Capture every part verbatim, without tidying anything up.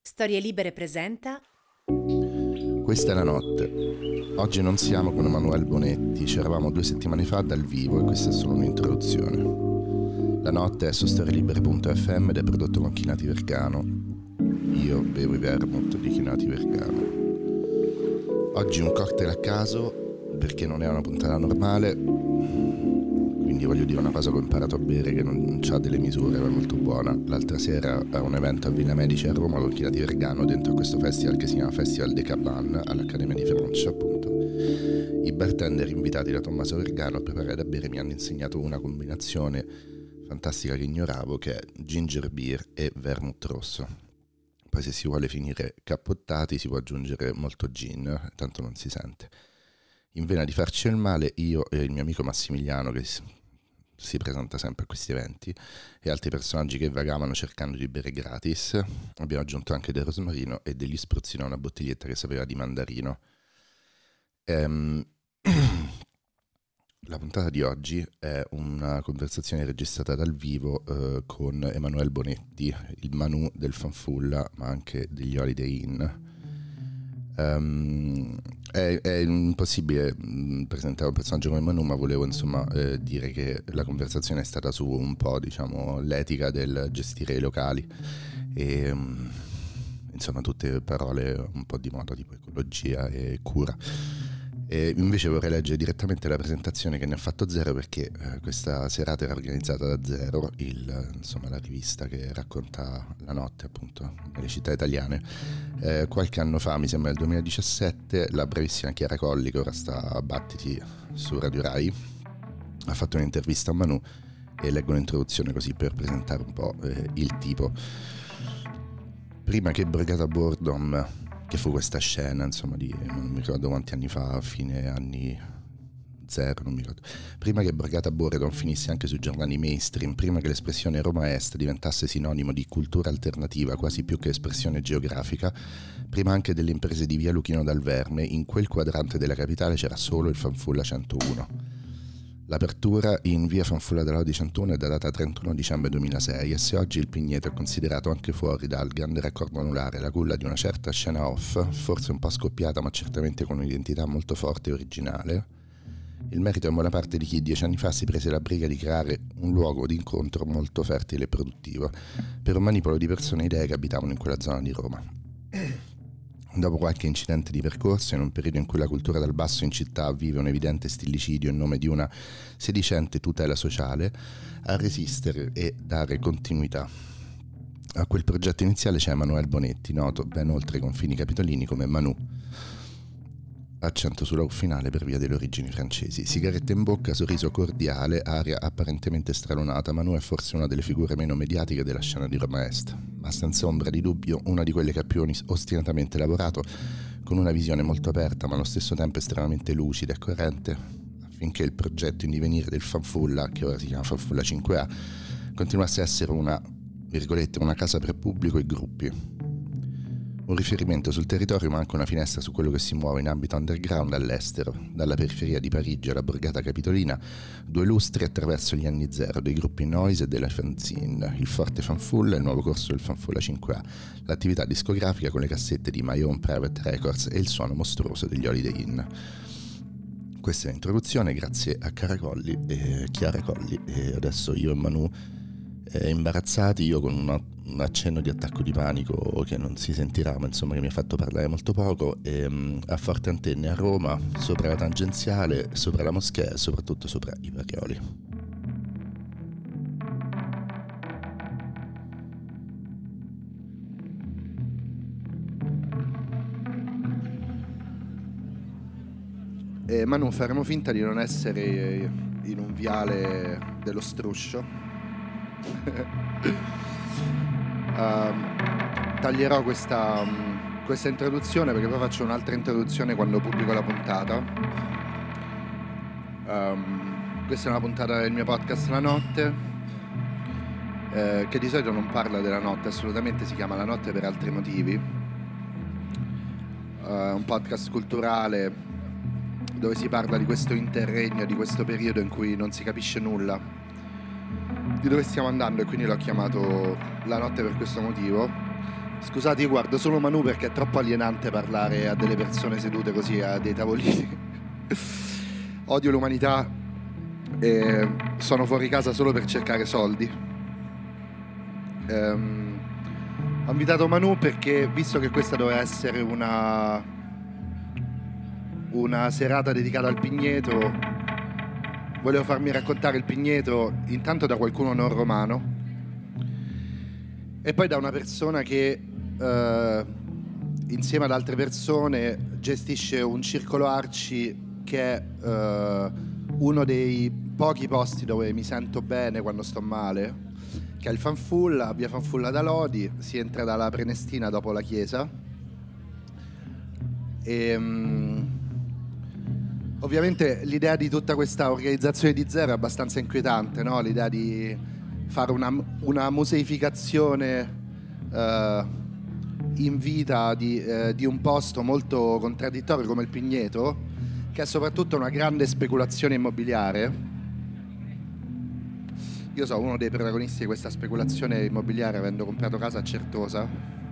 Storie Libere presenta Questa è la notte. Oggi non siamo con Emanuele Bonetti, ci eravamo due settimane fa dal vivo e questa è solo un'introduzione. La notte è su storielibere punto effe emme ed è prodotto con Chinati Vergano. Io bevo i vermouth di Chinati Vergano. Oggi un cocktail a caso, perché non è una puntata normale, quindi voglio dire una cosa che ho imparato a bere che non ha delle misure, ma è molto buona. L'altra sera a un evento a Villa Medici a Roma con Chinati Vergano, dentro a questo festival che si chiama Festival de Caban all'Accademia di Francia, appunto. I bartender invitati da Tommaso Vergano a preparare da bere mi hanno insegnato una combinazione fantastica che ignoravo, che è ginger beer e vermouth rosso. Poi se si vuole finire cappottati si può aggiungere molto gin, tanto non si sente. In vena di farci il male, io e il mio amico Massimiliano, che si presenta sempre a questi eventi, e altri personaggi che vagavano cercando di bere gratis, abbiamo aggiunto anche del rosmarino e degli spruzzino a una bottiglietta che sapeva di mandarino. Ehm... La puntata di oggi è una conversazione registrata dal vivo eh, con Emanuele Bonetti, il Manu del Fanfulla, ma anche degli Holiday Inn. Um, è, è impossibile mh, presentare un personaggio come Manu, ma volevo insomma eh, dire che la conversazione è stata su un po', diciamo, l'etica del gestire i locali e um, insomma tutte parole un po' di moda, tipo ecologia e cura. E invece vorrei leggere direttamente la presentazione che ne ha fatto Zero, perché eh, questa serata era organizzata da Zero, il, insomma, la rivista che racconta la notte appunto nelle città italiane. Eh, qualche anno fa, mi sembra nel duemiladiciassette, la bravissima Chiara Colli, che ora sta a Battiti su Radio Rai, ha fatto un'intervista a Manu e leggo un'introduzione così per presentare un po' eh, il tipo. Prima che Brigata Boredom, che fu questa scena, insomma, di non mi ricordo quanti anni fa, fine anni zero, non mi ricordo. Prima che Brigata Boredom finisse anche sui giornali mainstream, prima che l'espressione Roma Est diventasse sinonimo di cultura alternativa quasi più che espressione geografica, prima anche delle imprese di via Luchino dal Verme, in quel quadrante della capitale c'era solo il Fanfulla centouno. L'apertura in via Fanfulla della Lodi centouno è datata trentuno dicembre duemilasei, e se oggi il Pigneto è considerato anche fuori dal grande raccordo anulare la culla di una certa scena off, forse un po' scoppiata ma certamente con un'identità molto forte e originale, il merito è in buona parte di chi dieci anni fa si prese la briga di creare un luogo di incontro molto fertile e produttivo per un manipolo di persone e idee che abitavano in quella zona di Roma. Dopo qualche incidente di percorso, in un periodo in cui la cultura dal basso in città vive un evidente stillicidio in nome di una sedicente tutela sociale, a resistere e dare continuità a quel progetto iniziale c'è Emanuele Bonetti, noto ben oltre i confini capitolini come Manu, accento sulla U finale per via delle origini francesi. Sigaretta in bocca, sorriso cordiale, aria apparentemente stralunata. Manu è forse una delle figure meno mediatiche della scena di Roma Est, ma senza ombra di dubbio una di quelle che ha più ostinatamente lavorato, con una visione molto aperta ma allo stesso tempo estremamente lucida e coerente, affinché il progetto in divenire del Fanfulla, che ora si chiama Fanfulla cinque A, continuasse a essere una, virgolette, una casa per pubblico e gruppi. Un riferimento sul territorio ma anche una finestra su quello che si muove in ambito underground all'estero, dalla periferia di Parigi alla borgata capitolina, due lustri attraverso gli anni zero dei gruppi Noise e della Fanzine, il forte Fanfulla e il nuovo corso del Fanfulla cinque A, l'attività discografica con le cassette di My Own Private Records e il suono mostruoso degli Holiday Inn. Questa è l'introduzione, grazie a Chiara Colli e Chiara Colli, e adesso io e Manu eh, imbarazzati, io con una un accenno di attacco di panico che non si sentirà, ma insomma che mi ha fatto parlare molto poco, e, um, a Forte Antenne a Roma, sopra la tangenziale, sopra la moschea e soprattutto sopra i Parioli. E Manu, faremo finta di non essere in un viale dello struscio. Uh, taglierò questa, um, questa introduzione perché poi faccio un'altra introduzione quando pubblico la puntata. Um, questa è una puntata del mio podcast La Notte, eh, che di solito non parla della notte, assolutamente, si chiama La Notte per altri motivi. Uh, un podcast culturale dove si parla di questo interregno, di questo periodo in cui non si capisce nulla di dove stiamo andando, e quindi l'ho chiamato La Notte per questo motivo. Scusate, io guardo solo Manu perché è troppo alienante parlare a delle persone sedute così a dei tavolini. Odio l'umanità e sono fuori casa solo per cercare soldi. Ehm, ho invitato Manu perché, visto che questa doveva essere una, una serata dedicata al Pigneto, volevo farmi raccontare il Pigneto intanto da qualcuno non romano e poi da una persona che Uh, insieme ad altre persone gestisce un circolo Arci che è uh, uno dei pochi posti dove mi sento bene quando sto male, che è il Fanfulla, via Fanfulla da Lodi. Si entra dalla Prenestina dopo la chiesa e um, ovviamente l'idea di tutta questa organizzazione di zero è abbastanza inquietante, no? L'idea di fare una, una museificazione uh, in vita di, eh, di un posto molto contraddittorio come il Pigneto, che è soprattutto una grande speculazione immobiliare. Io sono uno dei protagonisti di questa speculazione immobiliare, avendo comprato casa a Certosa,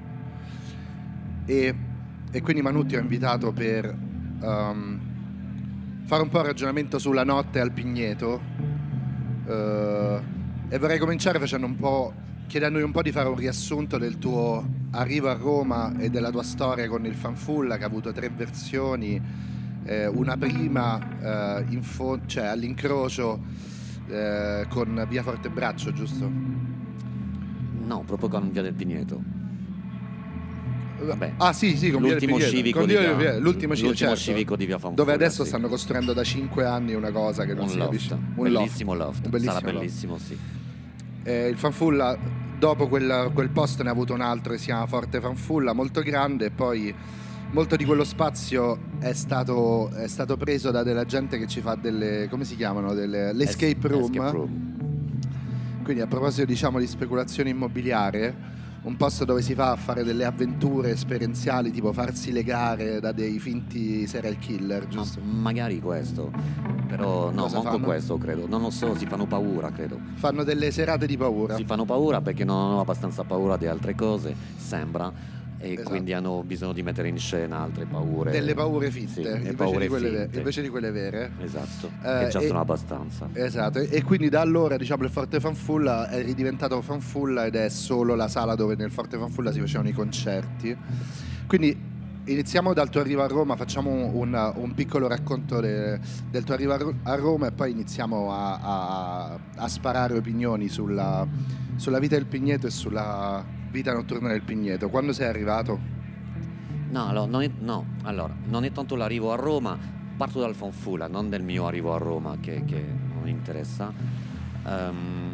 e, e quindi Manu ti ho invitato per um, fare un po' il ragionamento sulla notte al Pigneto, uh, e vorrei cominciare facendo un po', chiedendogli un po' di fare un riassunto del tuo arrivo a Roma e della tua storia con il Fanfulla, che ha avuto tre versioni, eh, una prima eh, in fo- cioè all'incrocio eh, con via Fortebraccio, giusto? No, proprio con via del Pigneto. Vabbè, ah sì, sì, con l'ultimo via civico, con di via, via, l'ultimo, l'ultimo certo, civico di via Fanfulla, dove adesso sì. stanno costruendo da cinque anni una cosa che non un si loft, capisce. Un bellissimo loft, loft. bellissimo Sarà loft. bellissimo, sì. Eh, il Fanfulla, dopo quel, quel posto ne ha avuto un altro che si chiama Forte Fanfulla, molto grande, e poi molto di quello spazio è stato, è stato preso da della gente che ci fa delle, come si chiamano, delle, l'escape es- room. escape room. Quindi a proposito, diciamo, di speculazione immobiliare, un posto dove si fa a fare delle avventure esperienziali, tipo farsi legare da dei finti serial killer, giusto? Ma magari questo, però no, Cosa manco fanno? questo credo, non lo so, si fanno paura credo. Fanno delle serate di paura. Si fanno paura perché non hanno abbastanza paura di altre cose, sembra, e Esatto. Quindi hanno bisogno di mettere in scena altre paure. Delle paure finte, sì, invece, paure di quelle, finte. invece di quelle vere. Esatto, eh, che già e, sono abbastanza. Esatto, e, e quindi da allora, diciamo, il Forte Fanfulla è ridiventato Fanfulla ed è solo la sala dove nel Forte Fanfulla si facevano i concerti. Quindi iniziamo dal tuo arrivo a Roma, facciamo un, un piccolo racconto de, del tuo arrivo a Roma e poi iniziamo a, a, a sparare opinioni sulla, sulla vita del Pigneto e sulla vita notturna del Pigneto. Quando sei arrivato? No, allora, non è, no, allora, non è tanto l'arrivo a Roma, parto dal Fanfulla, non del mio arrivo a Roma che, che non mi interessa. Um,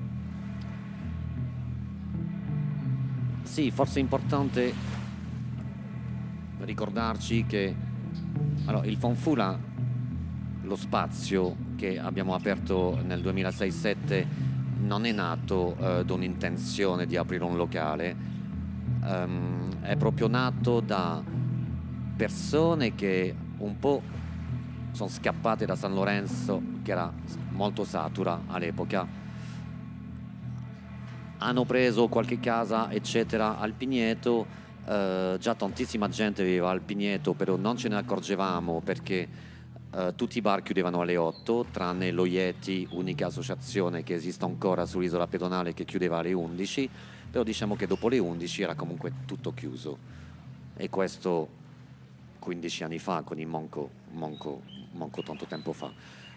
sì, forse è importante ricordarci che allora, il Fanfulla, lo spazio che abbiamo aperto nel duemilasei sette, non è nato uh, da un'intenzione di aprire un locale. Um, è proprio nato da persone che un po' sono scappate da San Lorenzo, che era molto satura all'epoca, hanno preso qualche casa eccetera al Pigneto. Uh, già tantissima gente viveva al Pigneto, però non ce ne accorgevamo perché uh, tutti i bar chiudevano alle otto, tranne lo Yeti, unica associazione che esiste ancora sull'isola pedonale, che chiudeva alle undici. Però diciamo che dopo le undici era comunque tutto chiuso, e questo quindici anni fa, quindi manco, manco, manco tanto tempo fa.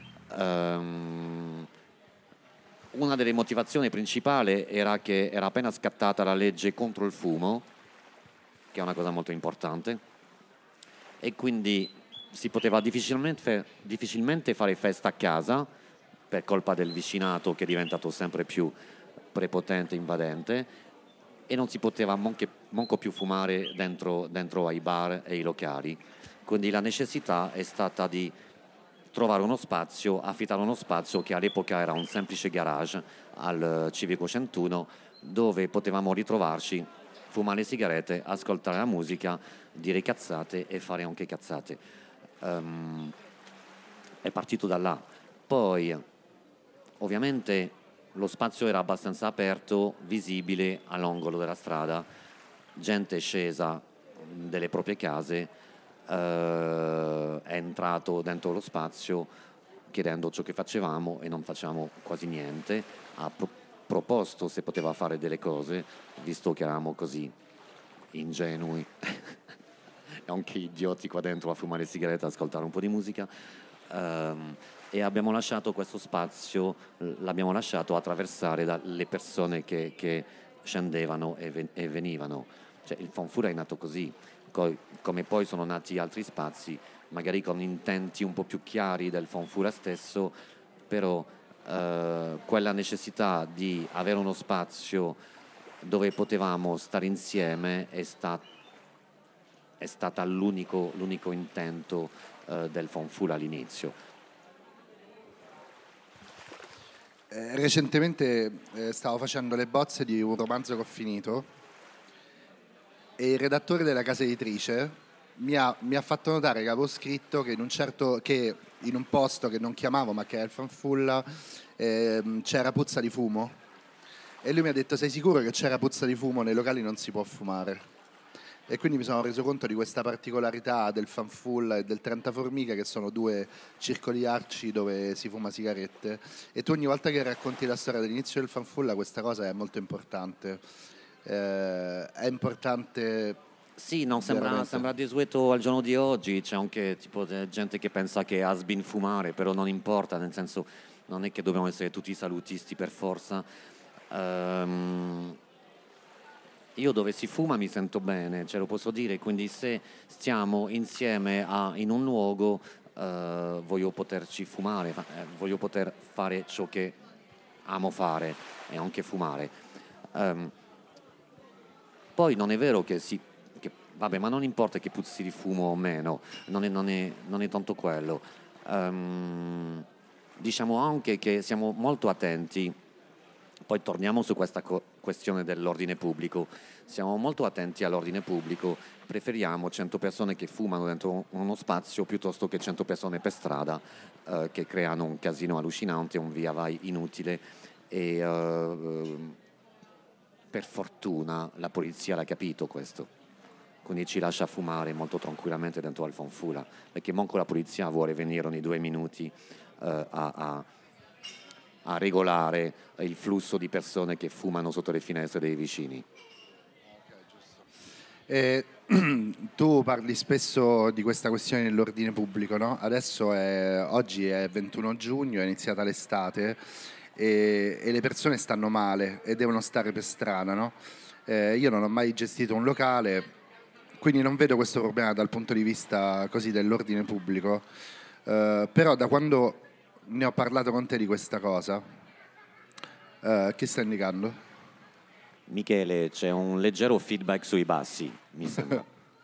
Um, una delle motivazioni principali era che era appena scattata la legge contro il fumo, che è una cosa molto importante, e quindi si poteva difficilmente, difficilmente fare festa a casa per colpa del vicinato, che è diventato sempre più prepotente, invadente, e non si poteva manco, manco più fumare dentro, dentro ai bar e ai locali. Quindi la necessità è stata di trovare uno spazio, affittare uno spazio che all'epoca era un semplice garage al Civico centuno, dove potevamo ritrovarci, fumare le sigarette, ascoltare la musica, dire cazzate e fare anche cazzate. Um, è partito da là. Poi ovviamente lo spazio era abbastanza aperto, visibile all'angolo della strada, gente è scesa delle proprie case, eh, è entrato dentro lo spazio chiedendo ciò che facevamo e non facevamo quasi niente, ha pro- proposto se poteva fare delle cose, visto che eravamo così ingenui e anche idioti qua dentro a fumare sigarette, a ascoltare un po' di musica, ehm, e abbiamo lasciato questo spazio, l'abbiamo lasciato attraversare dalle persone che, che scendevano e, ven- e venivano. Cioè, il Fanfura è nato così, Co- come poi sono nati altri spazi, magari con intenti un po' più chiari del Fanfura stesso, però eh, quella necessità di avere uno spazio dove potevamo stare insieme è, sta- è stata l'unico, l'unico intento eh, del Fanfura all'inizio. Eh, recentemente eh, stavo facendo le bozze di un romanzo che ho finito e il redattore della casa editrice mi ha, mi ha fatto notare che avevo scritto che in un certo che in un posto che non chiamavo ma che era il Fanfulla eh, c'era puzza di fumo, e lui mi ha detto: sei sicuro che c'era puzza di fumo? Nei locali non si può fumare. E quindi mi sono reso conto di questa particolarità del Fanfulla e del trenta Formica, che sono due circoli arci dove si fuma sigarette, e tu ogni volta che racconti la storia dell'inizio del Fanfulla questa cosa è molto importante. Eh, è importante. Sì, non sembra, veramente. sembra desueto al giorno di oggi, c'è anche tipo de- gente che pensa che has been fumare, però non importa, nel senso non è che dobbiamo essere tutti salutisti per forza. Ehm, io dove si fuma mi sento bene, ce lo posso dire, quindi se stiamo insieme a- in un luogo eh, voglio poterci fumare, fa- eh, voglio poter fare ciò che amo fare e anche fumare. Ehm, Poi non è vero che si... che- vabbè, ma non importa che puzzi di fumo o meno, non è, non è- non è tanto quello. Ehm, diciamo anche che siamo molto attenti, poi torniamo su questa co- questione dell'ordine pubblico, siamo molto attenti all'ordine pubblico, preferiamo cento persone che fumano dentro uno spazio piuttosto che cento persone per strada eh, che creano un casino allucinante, un via vai inutile e... eh, per fortuna la polizia l'ha capito questo, quindi ci lascia fumare molto tranquillamente dentro al Fanfula, perché manco la polizia vuole venire ogni due minuti eh, a, a- a regolare il flusso di persone che fumano sotto le finestre dei vicini. Eh, tu parli spesso di questa questione dell'ordine pubblico, no? Adesso è, oggi è ventuno giugno, è iniziata l'estate e, e le persone stanno male e devono stare per strada, no? Eh, io non ho mai gestito un locale, quindi non vedo questo problema dal punto di vista così dell'ordine pubblico. Eh, però da quando ne ho parlato con te di questa cosa, eh, che sta indicando? Michele, c'è un leggero feedback sui bassi, mi sembra.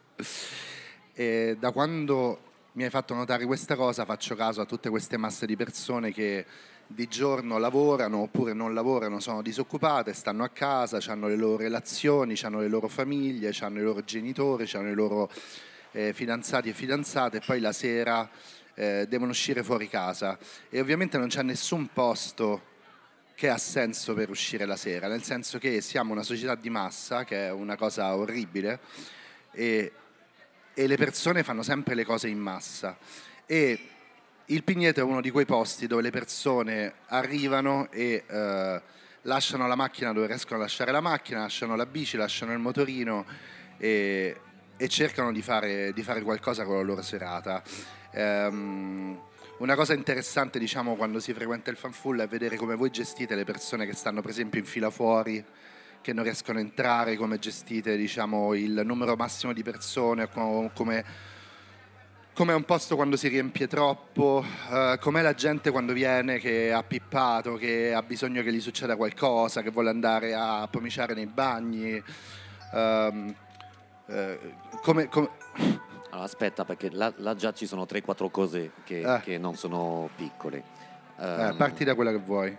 E da quando mi hai fatto notare questa cosa faccio caso a tutte queste masse di persone che di giorno lavorano oppure non lavorano, sono disoccupate, stanno a casa, hanno le loro relazioni, hanno le loro famiglie, hanno i loro genitori, hanno i loro eh, fidanzati e fidanzate, e poi la sera eh, devono uscire fuori casa, e ovviamente non c'è nessun posto che ha senso per uscire la sera, nel senso che siamo una società di massa, che è una cosa orribile, e, e le persone fanno sempre le cose in massa. E il Pigneto è uno di quei posti dove le persone arrivano e eh, lasciano la macchina dove riescono a lasciare la macchina, lasciano la bici, lasciano il motorino e, e cercano di fare, di fare qualcosa con la loro serata. Ehm, una cosa interessante, diciamo, quando si frequenta il Fanfulla è vedere come voi gestite le persone che stanno per esempio in fila fuori, che non riescono a entrare, come gestite, diciamo, il numero massimo di persone, co- come com'è un posto quando si riempie troppo, eh, com'è la gente quando viene che ha pippato, che ha bisogno che gli succeda qualcosa, che vuole andare a pomiciare nei bagni, ehm, eh, come... come... Allora, aspetta, perché là, là già ci sono tre quattro cose che, Eh, che non sono piccole. eh, Ehm, parti da quella che vuoi.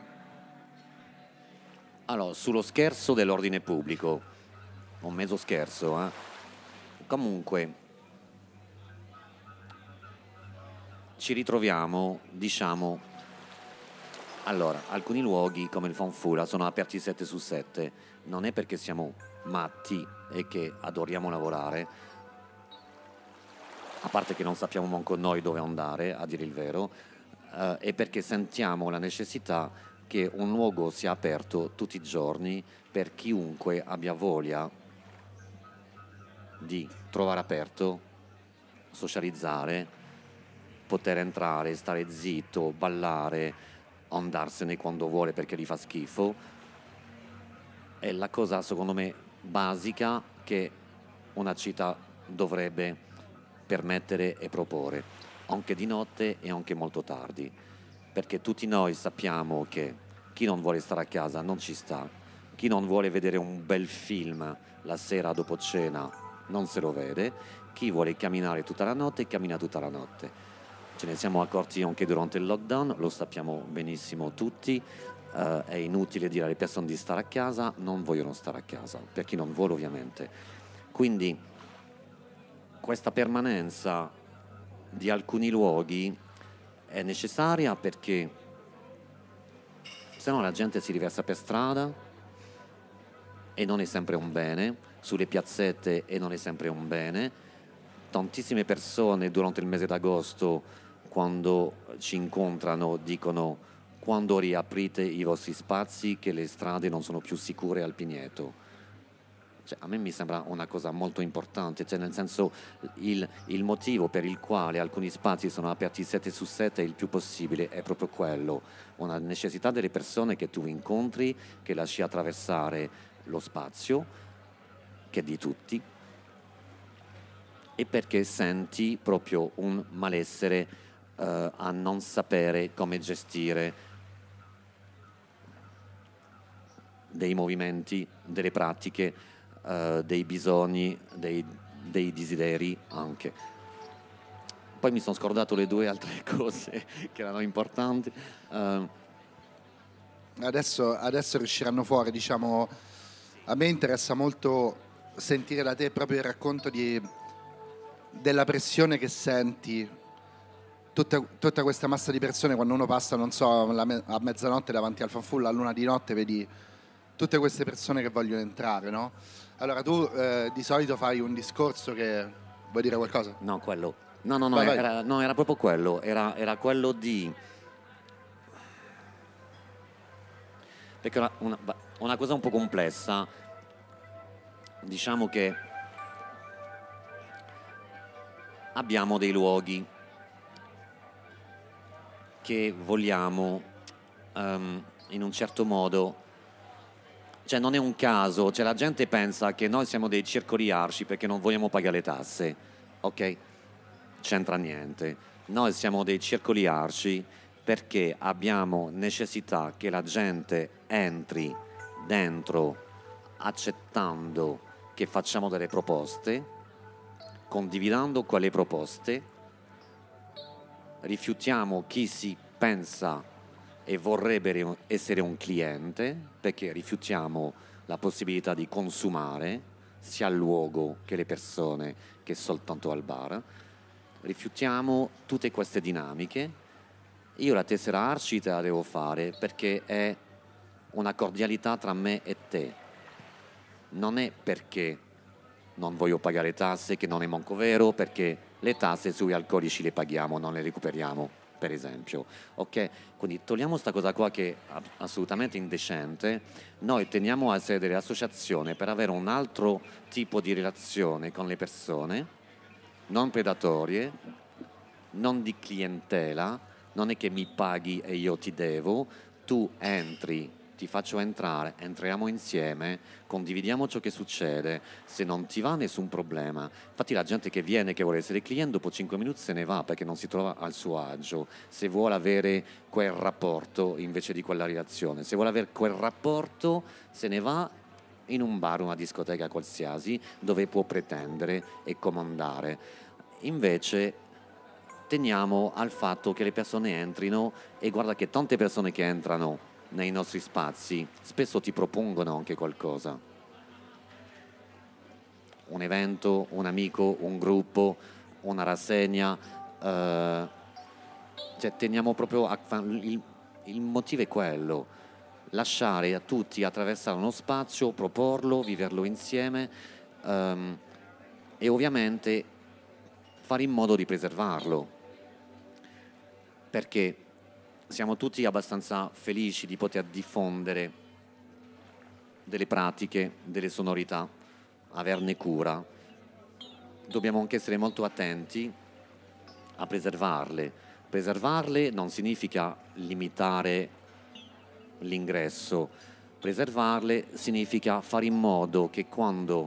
allora, sullo scherzo dell'ordine pubblico, un mezzo scherzo, eh. Comunque, ci ritroviamo, diciamo, allora, alcuni luoghi come il Fanfula sono aperti sette su sette, non è perché siamo matti e che adoriamo lavorare, a parte che non sappiamo manco noi dove andare, a dire il vero, eh, è perché sentiamo la necessità che un luogo sia aperto tutti i giorni per chiunque abbia voglia di trovare aperto, socializzare, poter entrare, stare zitto, ballare, andarsene quando vuole perché gli fa schifo. È la cosa, secondo me, basica che una città dovrebbe permettere e proporre, anche di notte e anche molto tardi, perché tutti noi sappiamo che chi non vuole stare a casa non ci sta, chi non vuole vedere un bel film la sera dopo cena non se lo vede, chi vuole camminare tutta la notte cammina tutta la notte. Ce ne siamo accorti anche durante il lockdown, lo sappiamo benissimo tutti. Uh, è inutile dire alle persone di stare a casa, non vogliono stare a casa, per chi non vuole ovviamente. Quindi questa permanenza di alcuni luoghi è necessaria, perché se no la gente si riversa per strada e non è sempre un bene, sulle piazzette e non è sempre un bene. Tantissime persone durante il mese d'agosto, quando ci incontrano, dicono: quando riaprite i vostri spazi, che le strade non sono più sicure al Pigneto. Cioè, a me mi sembra una cosa molto importante, cioè nel senso il, il motivo per il quale alcuni spazi sono aperti sette su sette il più possibile è proprio quello, una necessità delle persone che tu incontri, che lasci attraversare lo spazio, che è di tutti, e perché senti proprio un malessere eh, a non sapere come gestire dei movimenti, delle pratiche, uh, dei bisogni, dei, dei desideri anche. Poi mi sono scordato le due altre cose che erano importanti. Uh, adesso, adesso riusciranno fuori, diciamo, a me interessa molto sentire da te proprio il racconto di, della pressione che senti, tutta, tutta questa massa di persone quando uno passa, non so, la me- a mezzanotte davanti al fanfull, a luna di notte, vedi tutte queste persone che vogliono entrare, no? Allora tu eh, di solito fai un discorso che... Vuoi dire qualcosa? No, quello... No, no, no, vai, era, vai. no, era proprio quello. Era, era quello di... Perché una, una, una cosa un po' complessa, diciamo che abbiamo dei luoghi che vogliamo um, in un certo modo... Cioè non è un caso, cioè la gente pensa che noi siamo dei circoli arci perché non vogliamo pagare le tasse, ok? C'entra niente. Noi siamo dei circoli arci perché abbiamo necessità che la gente entri dentro accettando che facciamo delle proposte, condividendo quelle proposte, rifiutiamo chi si pensa e vorrebbe essere un cliente, perché rifiutiamo la possibilità di consumare sia il luogo che le persone che soltanto al bar. Rifiutiamo tutte queste dinamiche. Io la tessera Arci te la devo fare perché è una cordialità tra me e te, non è perché non voglio pagare tasse, che non è manco vero, perché le tasse sugli alcolici le paghiamo, non le recuperiamo, per esempio, ok? Quindi togliamo sta cosa qua che è assolutamente indecente. Noi teniamo a essere delle associazioni per avere un altro tipo di relazione con le persone, non predatorie, non di clientela, non è che mi paghi e io ti devo, tu entri, ti faccio entrare, entriamo insieme, condividiamo ciò che succede, se non ti va nessun problema. Infatti la gente che viene, che vuole essere cliente, dopo cinque minuti se ne va perché non si trova al suo agio, se vuole avere quel rapporto invece di quella relazione, se vuole avere quel rapporto se ne va in un bar, una discoteca qualsiasi, dove può pretendere e comandare. Invece teniamo al fatto che le persone entrino, e guarda che tante persone che entrano nei nostri spazi spesso ti propongono anche qualcosa, un evento, un amico, un gruppo, una rassegna, eh, cioè teniamo proprio a, il, il motivo è quello, lasciare a tutti attraversare uno spazio, proporlo, viverlo insieme um, e ovviamente fare in modo di preservarlo, perché siamo tutti abbastanza felici di poter diffondere delle pratiche, delle sonorità, averne cura. Dobbiamo anche essere molto attenti a preservarle. Preservarle non significa limitare l'ingresso, preservarle significa fare in modo che quando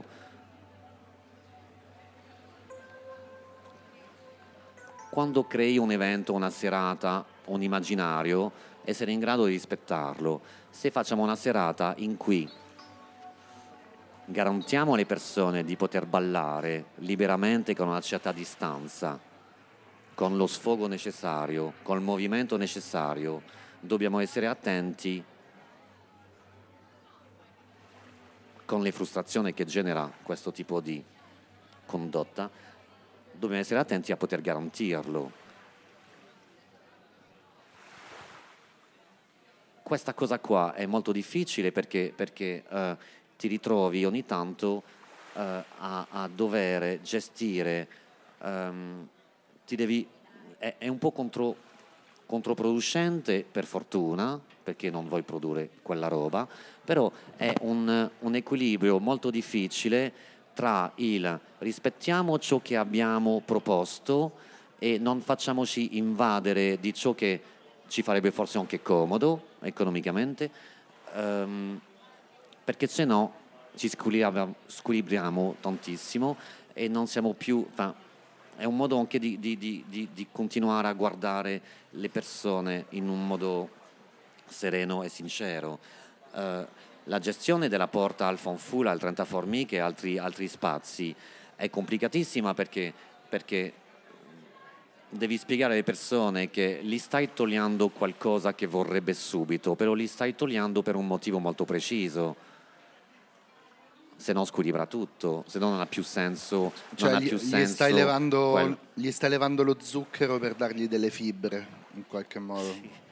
quando crei un evento, una serata, un immaginario, essere in grado di rispettarlo. Se facciamo una serata in cui garantiamo alle persone di poter ballare liberamente con una certa distanza, con lo sfogo necessario, con il movimento necessario, dobbiamo essere attenti con le frustrazioni che genera questo tipo di condotta, dobbiamo essere attenti a poter garantirlo. Questa cosa qua è molto difficile perché, perché eh, ti ritrovi ogni tanto eh, a, a dover gestire, um, ti devi, è, è un po' contro, controproducente per fortuna, perché non vuoi produrre quella roba, però è un, un equilibrio molto difficile tra il rispettiamo ciò che abbiamo proposto e non facciamoci invadere di ciò che ci farebbe forse anche comodo economicamente, um, perché se no ci squilibriamo, squilibriamo tantissimo e non siamo più... È un modo anche di, di, di, di, di continuare a guardare le persone in un modo sereno e sincero. Uh, la gestione della porta al Fonfula, al trenta Formiche e altri, altri spazi è complicatissima perché, perché devi spiegare alle persone che gli stai togliendo qualcosa che vorrebbe subito, però li stai togliendo per un motivo molto preciso. Se no squilibra tutto, se no non ha più senso. Cioè, non gli, ha più gli senso stai levando, quel... gli stai levando lo zucchero per dargli delle fibre, in qualche modo.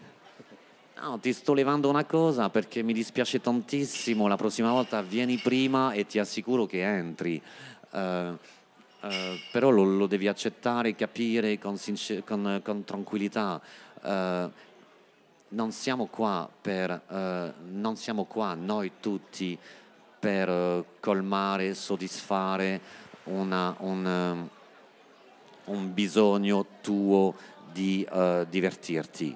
No, ti sto levando una cosa perché mi dispiace tantissimo, la prossima volta vieni prima e ti assicuro che entri. Uh, uh, però lo, lo devi accettare, capire con, sincer- con, con tranquillità. Uh, non siamo qua per, uh, non siamo qua noi tutti per uh, colmare, soddisfare una, un, um, un bisogno tuo di uh, divertirti,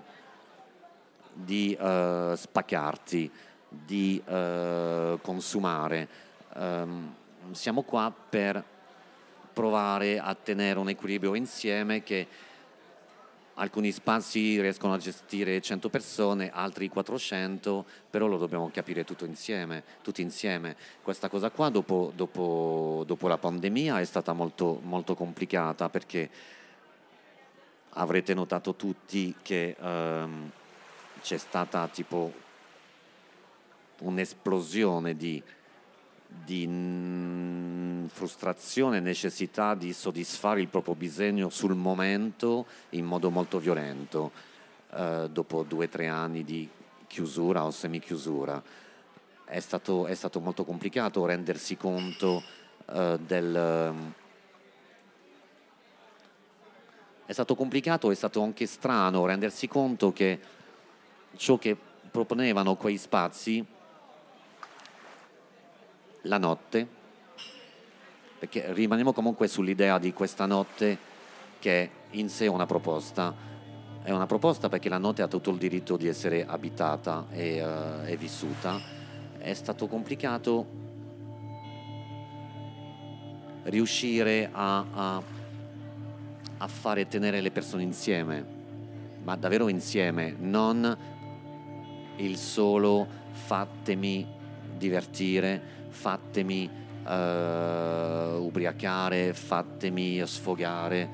di uh, spaccarti, di uh, consumare. Um, siamo qua per provare a tenere un equilibrio insieme, che alcuni spazi riescono a gestire cento persone, altri quattrocento, però lo dobbiamo capire tutto insieme, tutti insieme. Questa cosa qua dopo, dopo, dopo la pandemia è stata molto, molto complicata, perché avrete notato tutti che um, c'è stata tipo un'esplosione di, di mh, frustrazione, necessità di soddisfare il proprio bisogno sul momento in modo molto violento, eh, dopo due o tre anni di chiusura o semichiusura. È stato, è stato molto complicato rendersi conto eh, del... È stato complicato, è stato anche strano rendersi conto che ciò che proponevano quei spazi la notte, perché rimaniamo comunque sull'idea di questa notte che in sé è una proposta, è una proposta perché la notte ha tutto il diritto di essere abitata e, uh, e vissuta. È stato complicato riuscire a, a, a fare tenere le persone insieme, ma davvero insieme, non il solo fatemi divertire, fatemi uh, ubriacare, fatemi sfogare.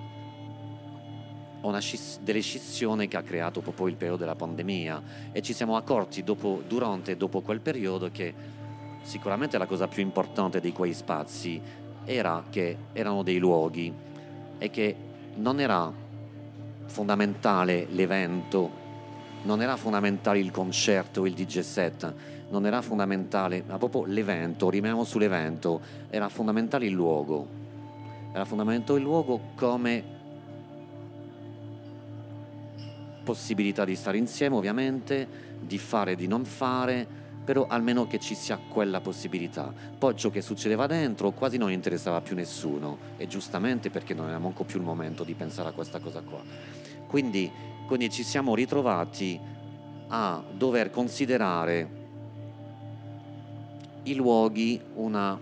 Una sciss- delle scissioni che ha creato proprio il periodo della pandemia, e ci siamo accorti dopo, durante e dopo quel periodo che sicuramente la cosa più importante di quei spazi era che erano dei luoghi e che non era fondamentale l'evento non era fondamentale il concerto, il D J set, non era fondamentale, ma proprio l'evento, rimaniamo sull'evento, era fondamentale il luogo, era fondamentale il luogo come possibilità di stare insieme, ovviamente, di fare e di non fare, però almeno che ci sia quella possibilità. Poi ciò che succedeva dentro quasi non interessava più nessuno, e giustamente, perché non era manco più il momento di pensare a questa cosa qua. Quindi, quindi ci siamo ritrovati a dover considerare i luoghi una,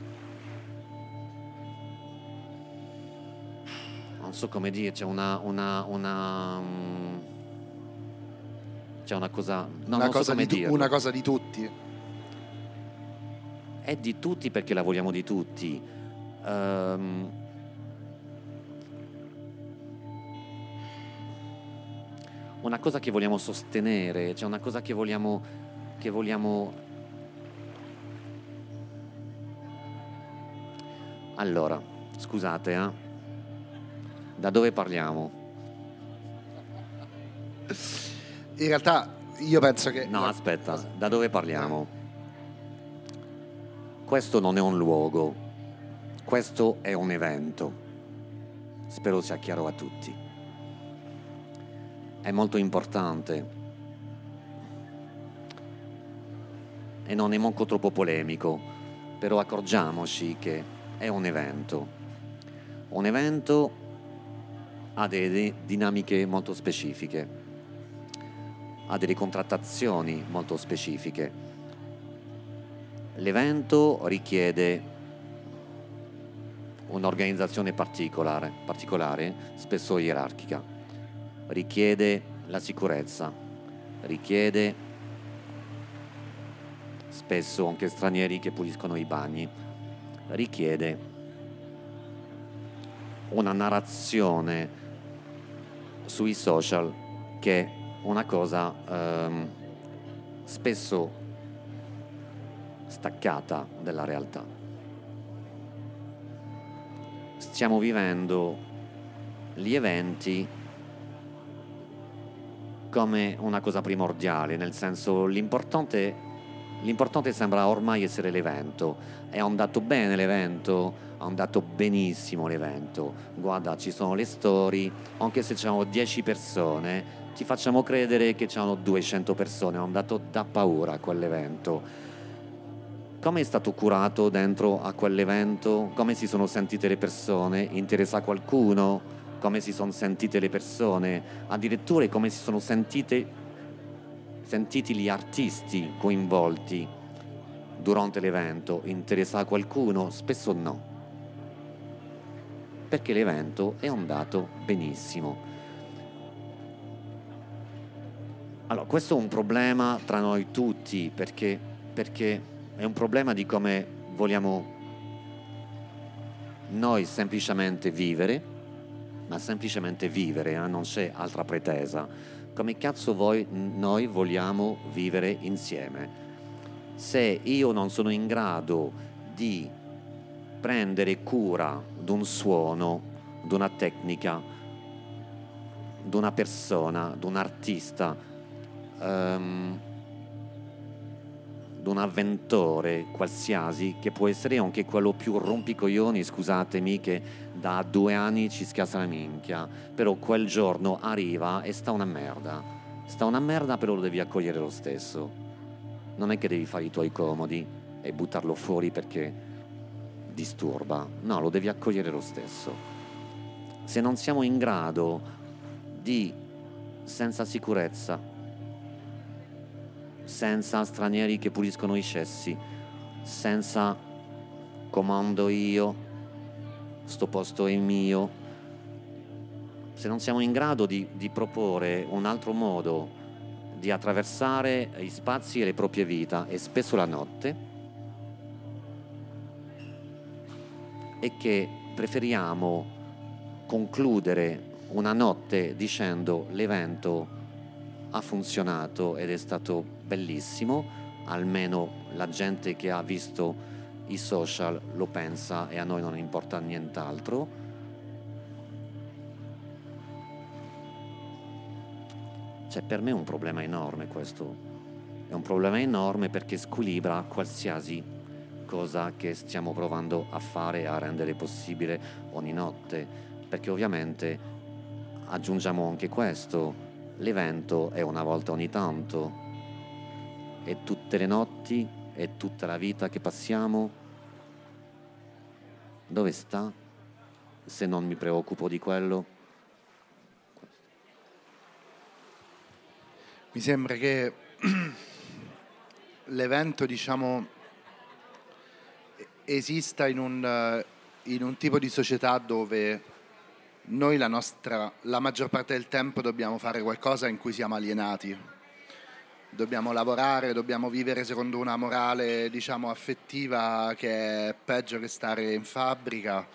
non so come dire, cioè una, una, una c'è una cosa, no, una, non cosa so come di tu- dirlo. una cosa di tutti. È di tutti perché la vogliamo di tutti. Um, una cosa che vogliamo sostenere, cioè una cosa che vogliamo, che vogliamo. Allora, scusate, eh? Da dove parliamo? In realtà io penso che... No, aspetta, da dove parliamo? Questo non è un luogo, questo è un evento. Spero sia chiaro a tutti. È molto importante e non è manco troppo polemico, però accorgiamoci che è un evento. Un evento ha delle dinamiche molto specifiche, ha delle contrattazioni molto specifiche. L'evento richiede un'organizzazione particolare, particolare, spesso gerarchica, richiede la sicurezza, richiede spesso anche stranieri che puliscono i bagni, richiede una narrazione sui social che è una cosa ehm, spesso staccata dalla realtà. Stiamo vivendo gli eventi come una cosa primordiale, nel senso l'importante, l'importante sembra ormai essere l'evento. È andato bene l'evento, è andato benissimo l'evento. Guarda, ci sono le storie, anche se c'erano dieci persone, ti facciamo credere che c'erano duecento persone, è andato da paura quell'evento. Come è stato curato dentro a quell'evento? Come si sono sentite le persone? Interessa a qualcuno? Come si sono sentite le persone? Addirittura come si sono sentite, sentiti gli artisti coinvolti durante l'evento? Interessa a qualcuno? Spesso no, perché l'evento è andato benissimo. Allora, questo è un problema tra noi tutti, perché, perché è un problema di come vogliamo noi semplicemente vivere, ma semplicemente vivere, eh? Non c'è altra pretesa. Come cazzo voi, noi vogliamo vivere insieme? Se io non sono in grado di prendere cura di un suono, di una tecnica, di una persona, di un artista, Um, di un avventore qualsiasi, che può essere anche quello più rompicoglioni, scusatemi, che da due anni ci schiassa la minchia, però quel giorno arriva e sta una merda, sta una merda, però lo devi accogliere lo stesso. Non è che devi fare i tuoi comodi e buttarlo fuori perché disturba, no, lo devi accogliere lo stesso. Se non siamo in grado di, senza sicurezza, senza stranieri che puliscono i cessi, senza comando io, sto posto è mio, se non siamo in grado di, di proporre un altro modo di attraversare gli spazi e le proprie vite, e spesso la notte, e che preferiamo concludere una notte dicendo l'evento ha funzionato ed è stato bellissimo, almeno la gente che ha visto i social lo pensa e a noi non importa nient'altro. Cioè, per me è un problema enorme questo, è un problema enorme perché squilibra qualsiasi cosa che stiamo provando a fare e a rendere possibile ogni notte, perché ovviamente aggiungiamo anche questo, l'evento è una volta ogni tanto, e tutte le notti e tutta la vita che passiamo dove sta se non mi preoccupo di quello? Mi sembra che l'evento, diciamo, esista in un, in un tipo di società dove noi la nostra, la maggior parte del tempo dobbiamo fare qualcosa in cui siamo alienati. Dobbiamo lavorare, dobbiamo vivere secondo una morale, diciamo, affettiva che è peggio che stare in fabbrica.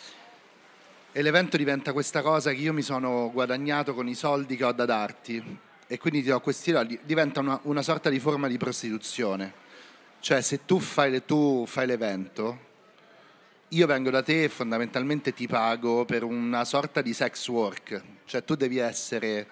E l'evento diventa questa cosa che io mi sono guadagnato con i soldi che ho da darti. E quindi ti do questi soldi, diventa una, una sorta di forma di prostituzione. Cioè, se tu fai, le, tu fai l'evento, io vengo da te e fondamentalmente ti pago per una sorta di sex work. Cioè, tu devi essere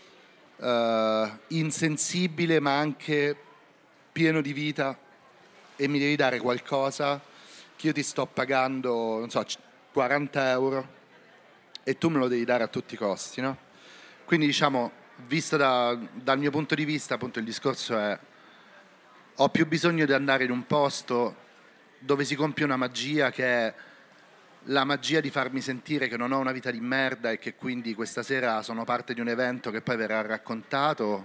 uh, insensibile ma anche pieno di vita e mi devi dare qualcosa che io ti sto pagando, non so, quaranta euro e tu me lo devi dare a tutti i costi, no? Quindi, diciamo, visto da, dal mio punto di vista, appunto, il discorso è: ho più bisogno di andare in un posto dove si compie una magia che è la magia di farmi sentire che non ho una vita di merda e che quindi questa sera sono parte di un evento che poi verrà raccontato,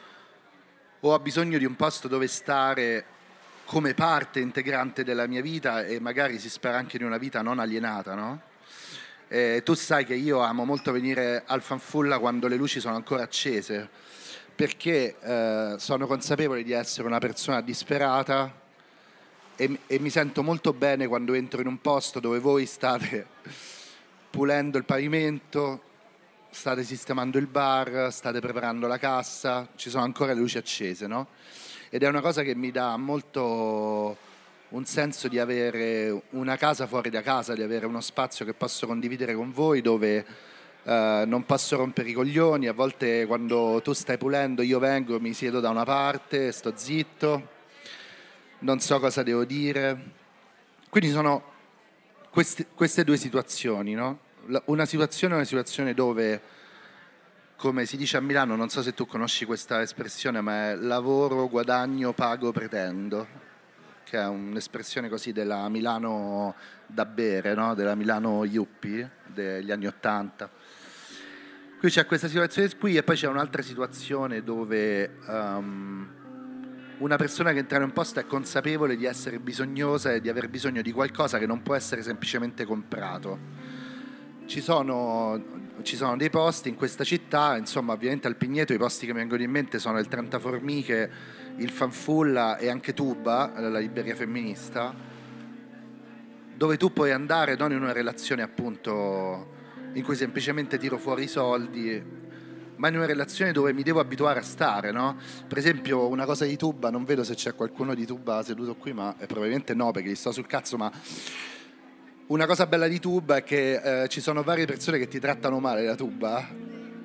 o ho bisogno di un posto dove stare come parte integrante della mia vita e magari si spera anche di una vita non alienata, no? Eh, tu sai che io amo molto venire al Fanfulla quando le luci sono ancora accese, perché eh, sono consapevole di essere una persona disperata e, e mi sento molto bene quando entro in un posto dove voi state pulendo il pavimento, state sistemando il bar, state preparando la cassa, ci sono ancora le luci accese, no? Ed è una cosa che mi dà molto un senso di avere una casa fuori da casa, di avere uno spazio che posso condividere con voi, dove eh, non posso rompere i coglioni. A volte quando tu stai pulendo io vengo, mi siedo da una parte, sto zitto, non so cosa devo dire. Quindi sono queste, queste due situazioni, no? Una situazione è una situazione dove, come si dice a Milano, non so se tu conosci questa espressione, ma è lavoro, guadagno, pago, pretendo, che è un'espressione così della Milano da bere, no? Della Milano yuppie degli anni Ottanta. Qui c'è questa situazione qui e poi c'è un'altra situazione dove um, una persona che entra in un posto è consapevole di essere bisognosa e di aver bisogno di qualcosa che non può essere semplicemente comprato. Ci sono, ci sono dei posti in questa città, insomma, ovviamente al Pigneto i posti che mi vengono in mente sono il Trenta Formiche, il Fanfulla e anche Tuba, la libreria femminista, dove tu puoi andare non in una relazione appunto in cui semplicemente tiro fuori i soldi, ma in una relazione dove mi devo abituare a stare, no? Per esempio, una cosa di Tuba, non vedo se c'è qualcuno di Tuba seduto qui, ma eh, probabilmente no, perché gli sto sul cazzo, ma una cosa bella di Tuba è che eh, ci sono varie persone che ti trattano male da Tuba.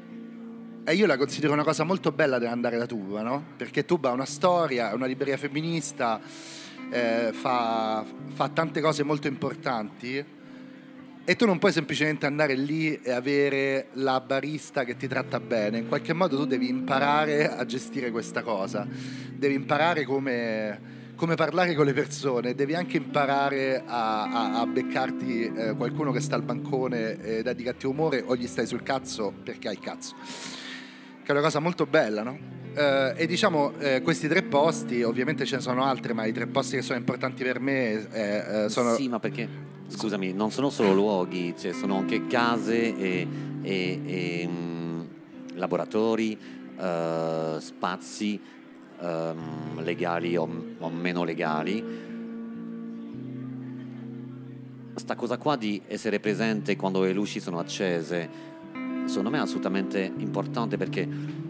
E io la considero una cosa molto bella dell'andare da Tuba, no? Perché Tuba ha una storia, è una libreria femminista, eh, fa, fa tante cose molto importanti e tu non puoi semplicemente andare lì e avere la barista che ti tratta bene. In qualche modo tu devi imparare a gestire questa cosa, devi imparare come, come parlare con le persone, devi anche imparare a, a, a beccarti eh, qualcuno che sta al bancone ed è di cattivo umore o gli stai sul cazzo perché hai il cazzo, che è una cosa molto bella, no? Eh, e diciamo, eh, questi tre posti, ovviamente ce ne sono altri, ma i tre posti che sono importanti per me eh, eh, sono... Sì, ma perché, scusami, non sono solo luoghi, cioè sono anche case e, e, e mh, laboratori, uh, spazi um, legali o, o meno legali. Sta cosa qua di essere presente quando le luci sono accese secondo me è assolutamente importante, perché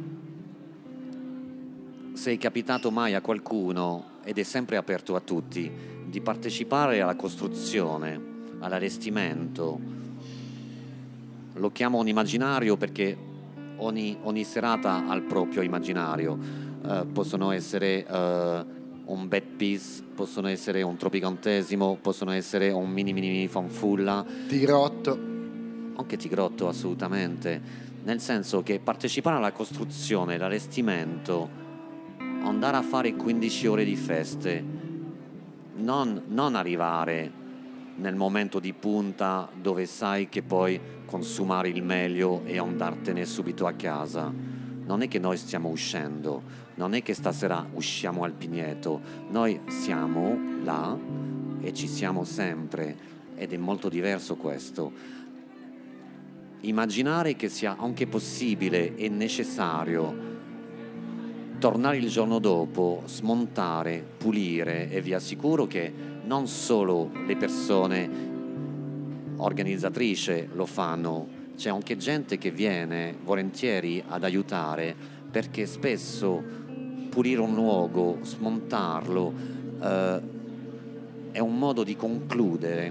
se è capitato mai a qualcuno, ed è sempre aperto a tutti, di partecipare alla costruzione, all'allestimento, lo chiamo un immaginario perché ogni, ogni serata al proprio immaginario. Uh, possono essere uh, un bad piece, possono essere un tropicantesimo, possono essere un mini mini mini fanfulla, Tigrotto, anche tigrotto, assolutamente, nel senso che partecipare alla costruzione, l'allestimento, andare a fare quindici ore di feste, non, non arrivare nel momento di punta dove sai che puoi consumare il meglio e andartene subito a casa. Non è che noi stiamo uscendo, non è che stasera usciamo al Pigneto, noi siamo là e ci siamo sempre, ed è molto diverso questo. Immaginare che sia anche possibile e necessario tornare il giorno dopo, smontare, pulire, e vi assicuro che non solo le persone organizzatrici lo fanno, c'è anche gente che viene volentieri ad aiutare, perché spesso pulire un luogo, smontarlo, eh, è un modo di concludere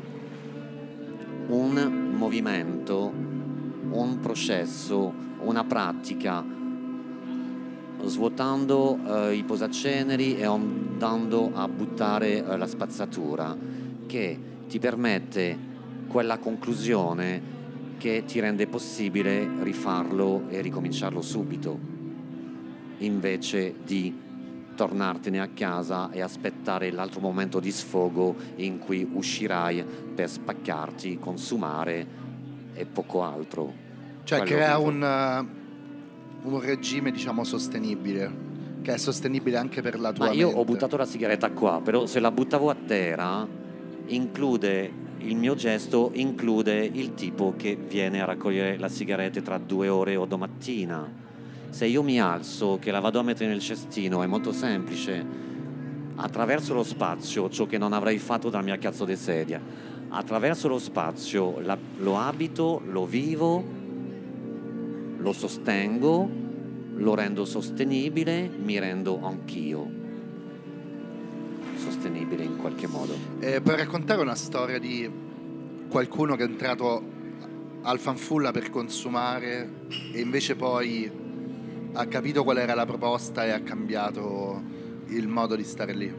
un movimento, un processo, una pratica, svuotando eh, i posaceneri e andando a buttare eh, la spazzatura, che ti permette quella conclusione che ti rende possibile rifarlo e ricominciarlo subito, invece di tornartene a casa e aspettare l'altro momento di sfogo in cui uscirai per spaccarti, consumare e poco altro. Cioè Quello crea vivo. un, uh, un regime, diciamo, sostenibile, che è sostenibile anche per la tua Ma io mente. ho buttato la sigaretta qua, però se la buttavo a terra, include il mio gesto, include il tipo che viene a raccogliere la sigaretta tra due ore o domattina. Se io mi alzo, che la vado a mettere nel cestino, è molto semplice. Attraverso lo spazio, ciò che non avrei fatto dalla mia cazzo di sedia, attraverso lo spazio la, lo abito, lo vivo, lo sostengo, lo rendo sostenibile, mi rendo anch'io sostenibile in qualche modo. Eh, puoi raccontare una storia di qualcuno che è entrato al fanfulla per consumare e invece poi ha capito qual era la proposta e ha cambiato il modo di stare lì?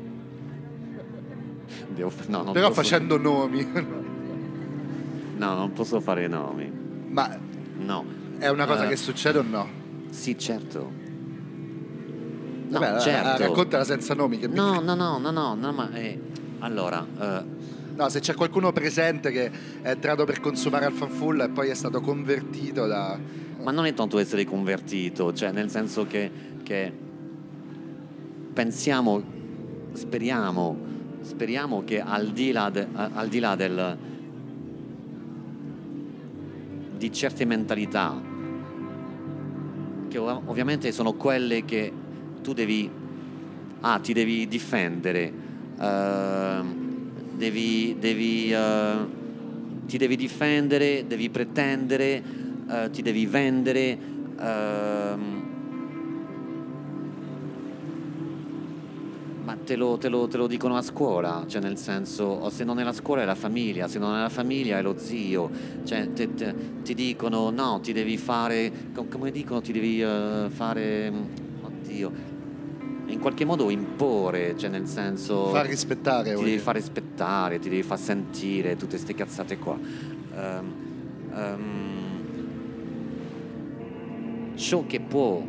Devo, no, non Però posso, facendo nomi. no, non posso fare nomi. Ma No. è una cosa Eh, che succede o no? Sì, certo. No, Vabbè, certo. raccontala senza nomi. Che mi- No, no, no, no, no, no, ma eh, allora, eh, No, se c'è qualcuno presente che è entrato per consumare al fanfulla e poi è stato convertito da... ma non è tanto essere convertito, cioè nel senso che, che pensiamo, speriamo, speriamo che al di là, de, al di là del, di certe mentalità, che ov- ovviamente sono quelle che tu devi, ah, ti devi difendere, eh, devi, devi, eh, ti devi difendere, devi pretendere, eh, ti devi vendere, ehm, ma te lo, te, lo, te lo dicono a scuola, cioè nel senso, o se non è la scuola è la famiglia, se non è la famiglia è lo zio, cioè te, te, ti dicono no, ti devi fare, com- come dicono, ti devi eh, fare, oddio, in qualche modo imporre, cioè nel senso Far rispettare. ti vuol devi dire. far rispettare, ti devi far sentire, tutte ste cazzate qua. Ehm, ehm, ciò che può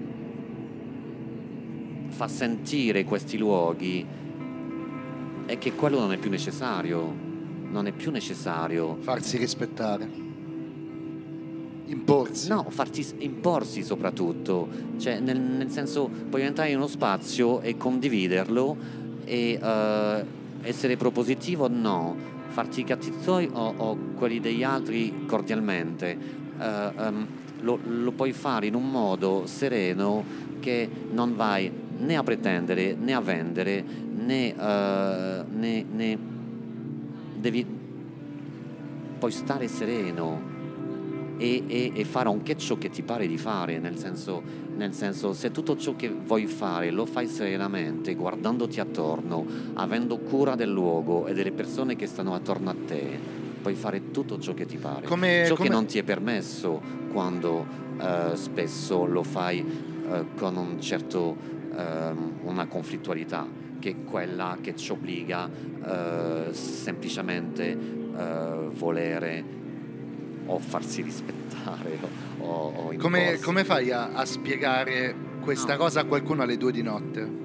far sentire questi luoghi è che quello non è più necessario, non è più necessario. Farsi rispettare. Imporsi. No, farti imporsi soprattutto, cioè nel, nel senso puoi entrare in uno spazio e condividerlo e eh, essere propositivo, no, farti i cazzi tuoi o, o quelli degli altri cordialmente, eh, ehm, lo, lo puoi fare in un modo sereno che non vai né a pretendere né a vendere né, eh, né, né devi puoi stare sereno. E, e, e fare anche ciò che ti pare di fare, nel senso, nel senso se tutto ciò che vuoi fare lo fai serenamente, guardandoti attorno, avendo cura del luogo e delle persone che stanno attorno a te, puoi fare tutto ciò che ti pare, come, ciò come... che non ti è permesso quando uh, spesso lo fai uh, con un certo, uh, una conflittualità, che è quella che ci obbliga uh, semplicemente uh, volere o farsi rispettare o, o come, come fai a, a spiegare questa no. cosa a qualcuno alle due di notte?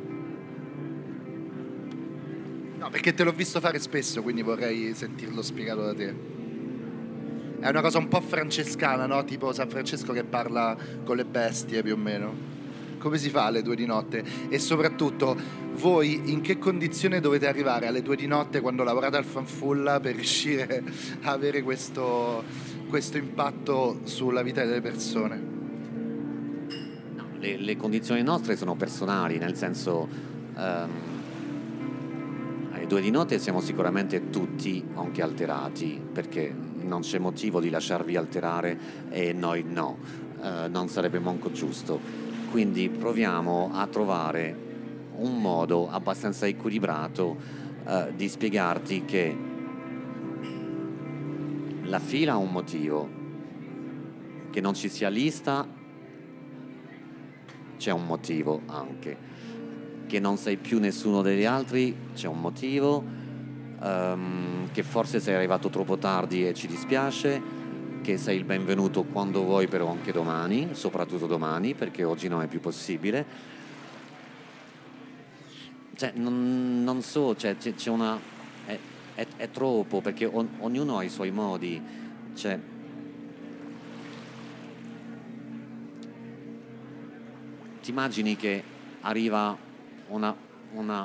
No, perché te l'ho visto fare spesso, quindi vorrei sentirlo spiegato da te. È una cosa un po' francescana, no? Tipo San Francesco che parla con le bestie, più o meno. Come si fa alle due di notte? E soprattutto, voi in che condizione dovete arrivare alle due di notte quando lavorate al Fanfulla per riuscire a avere questo, questo impatto sulla vita delle persone? No, le, le condizioni nostre sono personali, nel senso... Um, due di notte siamo sicuramente tutti anche alterati, perché non c'è motivo di lasciarvi alterare e noi no, eh, non sarebbe manco giusto. Quindi proviamo a trovare un modo abbastanza equilibrato eh, di spiegarti che la fila ha un motivo, che non ci sia lista c'è un motivo anche, che non sei più nessuno degli altri c'è un motivo, um, che forse sei arrivato troppo tardi e ci dispiace, che sei il benvenuto quando vuoi, però anche domani, soprattutto domani, perché oggi non è più possibile. Cioè, non, non so, cioè, c'è, c'è una... È, è, è troppo, perché on, ognuno ha i suoi modi. Cioè, ti immagini che arriva Una, una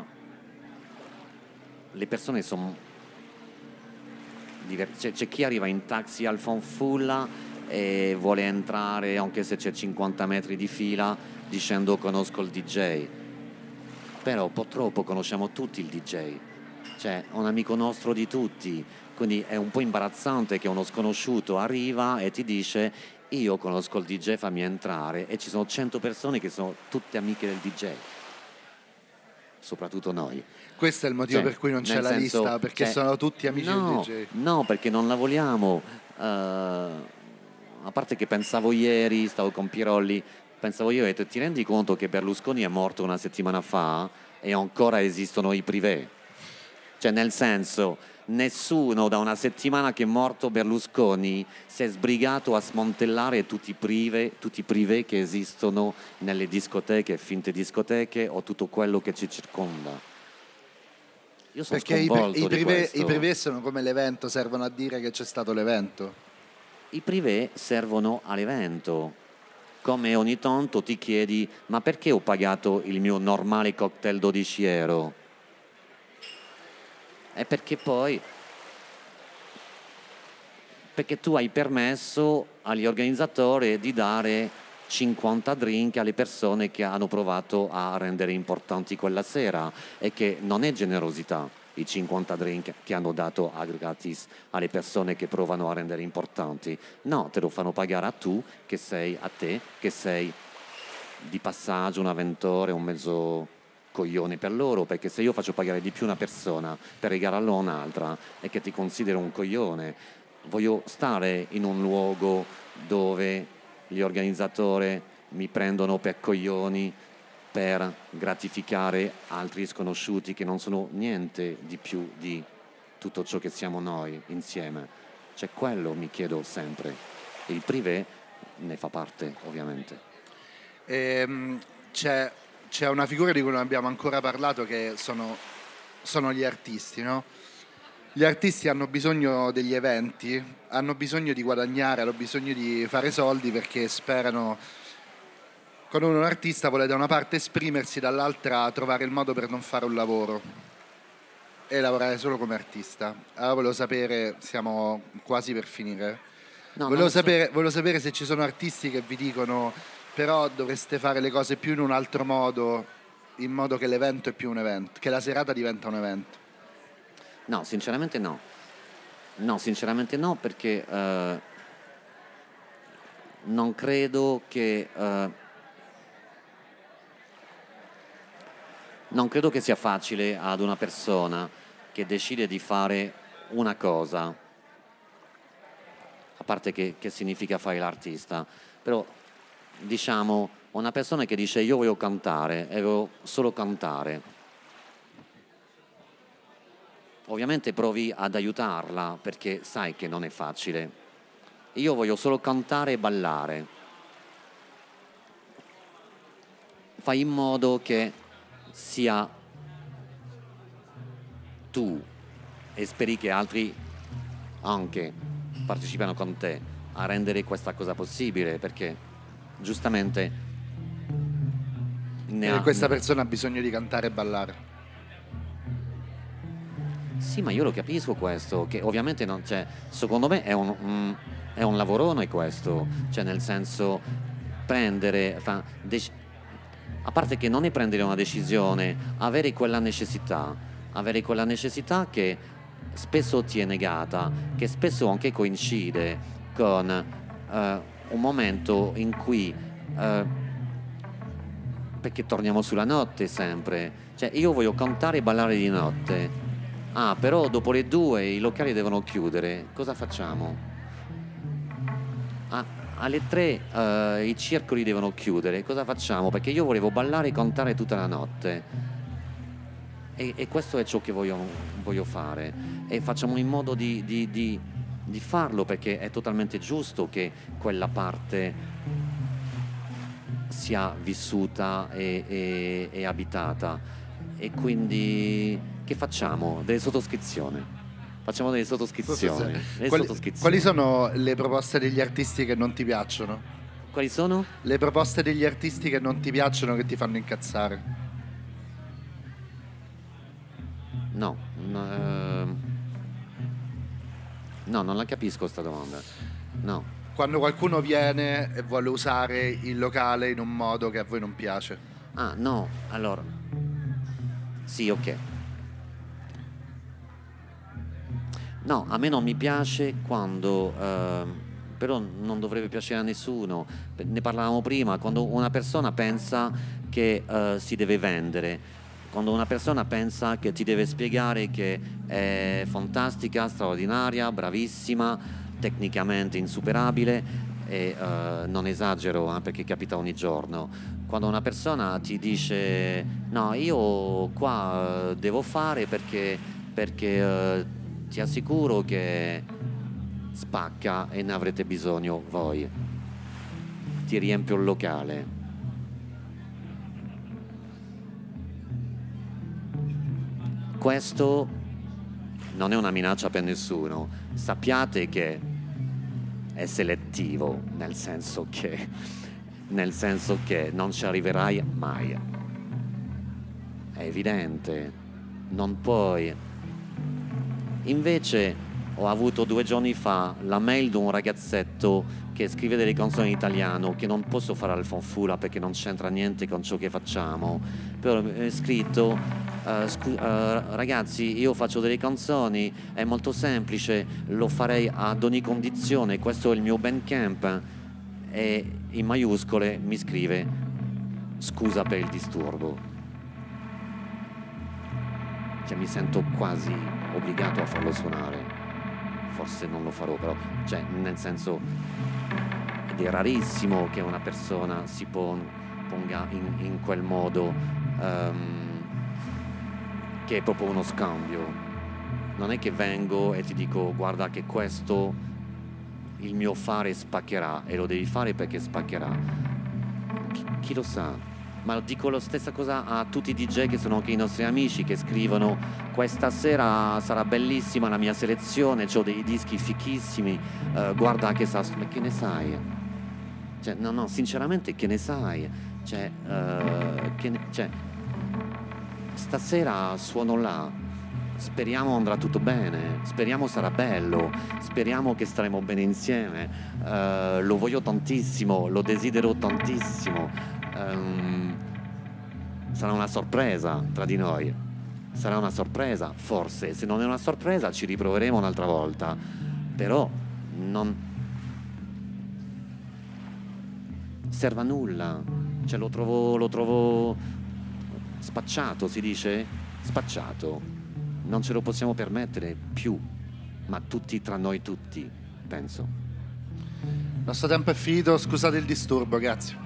le persone sono diverse, c'è, c'è chi arriva in taxi al Fanfulla e vuole entrare anche se c'è cinquanta metri di fila dicendo conosco il D J, però purtroppo conosciamo tutti il D J, cioè un amico nostro di tutti, quindi è un po' imbarazzante che uno sconosciuto arriva e ti dice io conosco il D J, fammi entrare, e ci sono cento persone che sono tutte amiche del D J, soprattutto noi. Questo è il motivo, cioè, per cui non c'è la senso, lista, perché cioè, sono tutti amici no, del D J. No, perché non la vogliamo. Uh, a parte che pensavo ieri, stavo con Pirolli, pensavo io, e ti rendi conto che Berlusconi è morto una settimana fa e ancora esistono i privé? Cioè, nel senso, nessuno da una settimana che è morto Berlusconi si è sbrigato a smantellare tutti i privé, tutti i privé che esistono nelle discoteche, finte discoteche o tutto quello che ci circonda. Io sono Perché i, i, di privé, i privé sono come l'evento, servono a dire che c'è stato l'evento. I privé servono all'evento, come ogni tanto ti chiedi ma perché ho pagato il mio normale cocktail dodici euro? È perché poi perché tu hai permesso agli organizzatori di dare cinquanta drink alle persone che hanno provato a rendere importanti quella sera, e che non è generosità i cinquanta drink che hanno dato a gratis alle persone che provano a rendere importanti, no, te lo fanno pagare a tu che sei a te che sei di passaggio, un avventore, un mezzo coglione per loro, perché se io faccio pagare di più una persona per regalarlo a un'altra e che ti considero un coglione, voglio stare in un luogo dove gli organizzatori mi prendono per coglioni per gratificare altri sconosciuti che non sono niente di più di tutto ciò che siamo noi insieme. Cioè, quello mi chiedo sempre. Il privé ne fa parte, ovviamente. Ehm, c'è C'è una figura di cui non abbiamo ancora parlato, che sono, sono gli artisti, no? Gli artisti hanno bisogno degli eventi, hanno bisogno di guadagnare, hanno bisogno di fare soldi, perché sperano, quando uno è un artista vuole da una parte esprimersi, dall'altra trovare il modo per non fare un lavoro e lavorare solo come artista. Allora volevo sapere, siamo quasi per finire, no, volevo, sapere, so. volevo sapere se ci sono artisti che vi dicono però dovreste fare le cose più in un altro modo, in modo che l'evento è più un evento, che la serata diventa un evento. No, sinceramente no. No, sinceramente no, perché uh, non credo che uh, non credo che sia facile ad una persona che decide di fare una cosa parte che, che significa fare l'artista, però diciamo una persona che dice io voglio cantare e voglio solo cantare, ovviamente provi ad aiutarla perché sai che non è facile. Io voglio solo cantare e ballare, fai in modo che sia tu e speri che altri anche partecipano con te a rendere questa cosa possibile, perché giustamente ne E ha, questa persona ha bisogno di cantare e ballare. sì, ma io lo capisco questo, che ovviamente non c'è, secondo me è un, mm, è un lavorone questo, cioè nel senso prendere, fa, dec- a parte che non è prendere una decisione, avere quella necessità, avere quella necessità che spesso ti è negata, che spesso anche coincide con eh, un momento in cui, eh, perché torniamo sulla notte sempre, cioè io voglio cantare e ballare di notte. Ah, però dopo le due i locali devono chiudere, cosa facciamo? Ah, alle tre eh, i circoli devono chiudere, cosa facciamo? Perché io volevo ballare e cantare tutta la notte. E, e questo è ciò che voglio, voglio fare. E facciamo in modo di, di, di, di farlo, perché è totalmente giusto che quella parte sia vissuta e, e, e abitata. E quindi che facciamo? Delle sottoscrizioni. Facciamo delle sottoscrizioni. Delle Quali, sottoscrizioni. quali sono le proposte degli artisti che non ti piacciono? Quali sono? Le proposte degli artisti che non ti piacciono, che ti fanno incazzare? No, no, ehm, no, non la capisco sta domanda. No. Quando qualcuno viene e vuole usare il locale in un modo che a voi non piace. Ah, no, allora. Sì, ok. No, a me non mi piace quando, ehm, però non dovrebbe piacere a nessuno. Ne parlavamo prima, quando una persona pensa che eh, si deve vendere, quando una persona pensa che ti deve spiegare che è fantastica, straordinaria, bravissima, tecnicamente insuperabile, e eh, non esagero eh, perché capita ogni giorno. Quando una persona ti dice no, io qua eh, devo fare perché, perché eh, ti assicuro che spacca e ne avrete bisogno voi, ti riempio il locale. Questo non è una minaccia per nessuno, sappiate che è selettivo, nel senso che, nel senso che non ci arriverai mai, è evidente, non puoi. Invece ho avuto due giorni fa la mail di un ragazzetto che scrive delle canzoni in italiano, che non posso fare al fanfula perché non c'entra niente con ciò che facciamo, però è scritto uh, scu- uh, ragazzi, io faccio delle canzoni, è molto semplice, lo farei ad ogni condizione, questo è il mio Bandcamp, e in maiuscole mi scrive scusa per il disturbo. Cioè mi sento quasi obbligato a farlo suonare, forse non lo farò, però cioè nel senso, ed è rarissimo che una persona si pon, ponga in, in quel modo, um, che è proprio uno scambio. Non è che vengo e ti dico guarda che questo il mio fare spaccherà e lo devi fare perché spaccherà. Chi, chi lo sa? Ma dico la stessa cosa a tutti i D J che sono anche i nostri amici, che scrivono questa sera sarà bellissima la mia selezione, ho dei dischi fichissimi, uh, guarda che sa, ma che ne sai? Cioè, no, no, sinceramente che ne sai? Cioè, uh, che ne, cioè, stasera suono là, speriamo andrà tutto bene, speriamo sarà bello, speriamo che staremo bene insieme, uh, lo voglio tantissimo, lo desidero tantissimo. Um, sarà una sorpresa tra di noi, sarà una sorpresa, forse, se non è una sorpresa ci riproveremo un'altra volta, però non serve a nulla, cioè lo trovo, lo trovo spacciato, si dice? Spacciato, non ce lo possiamo permettere più, ma tutti tra noi tutti, penso. Il nostro tempo è finito, scusate il disturbo, grazie.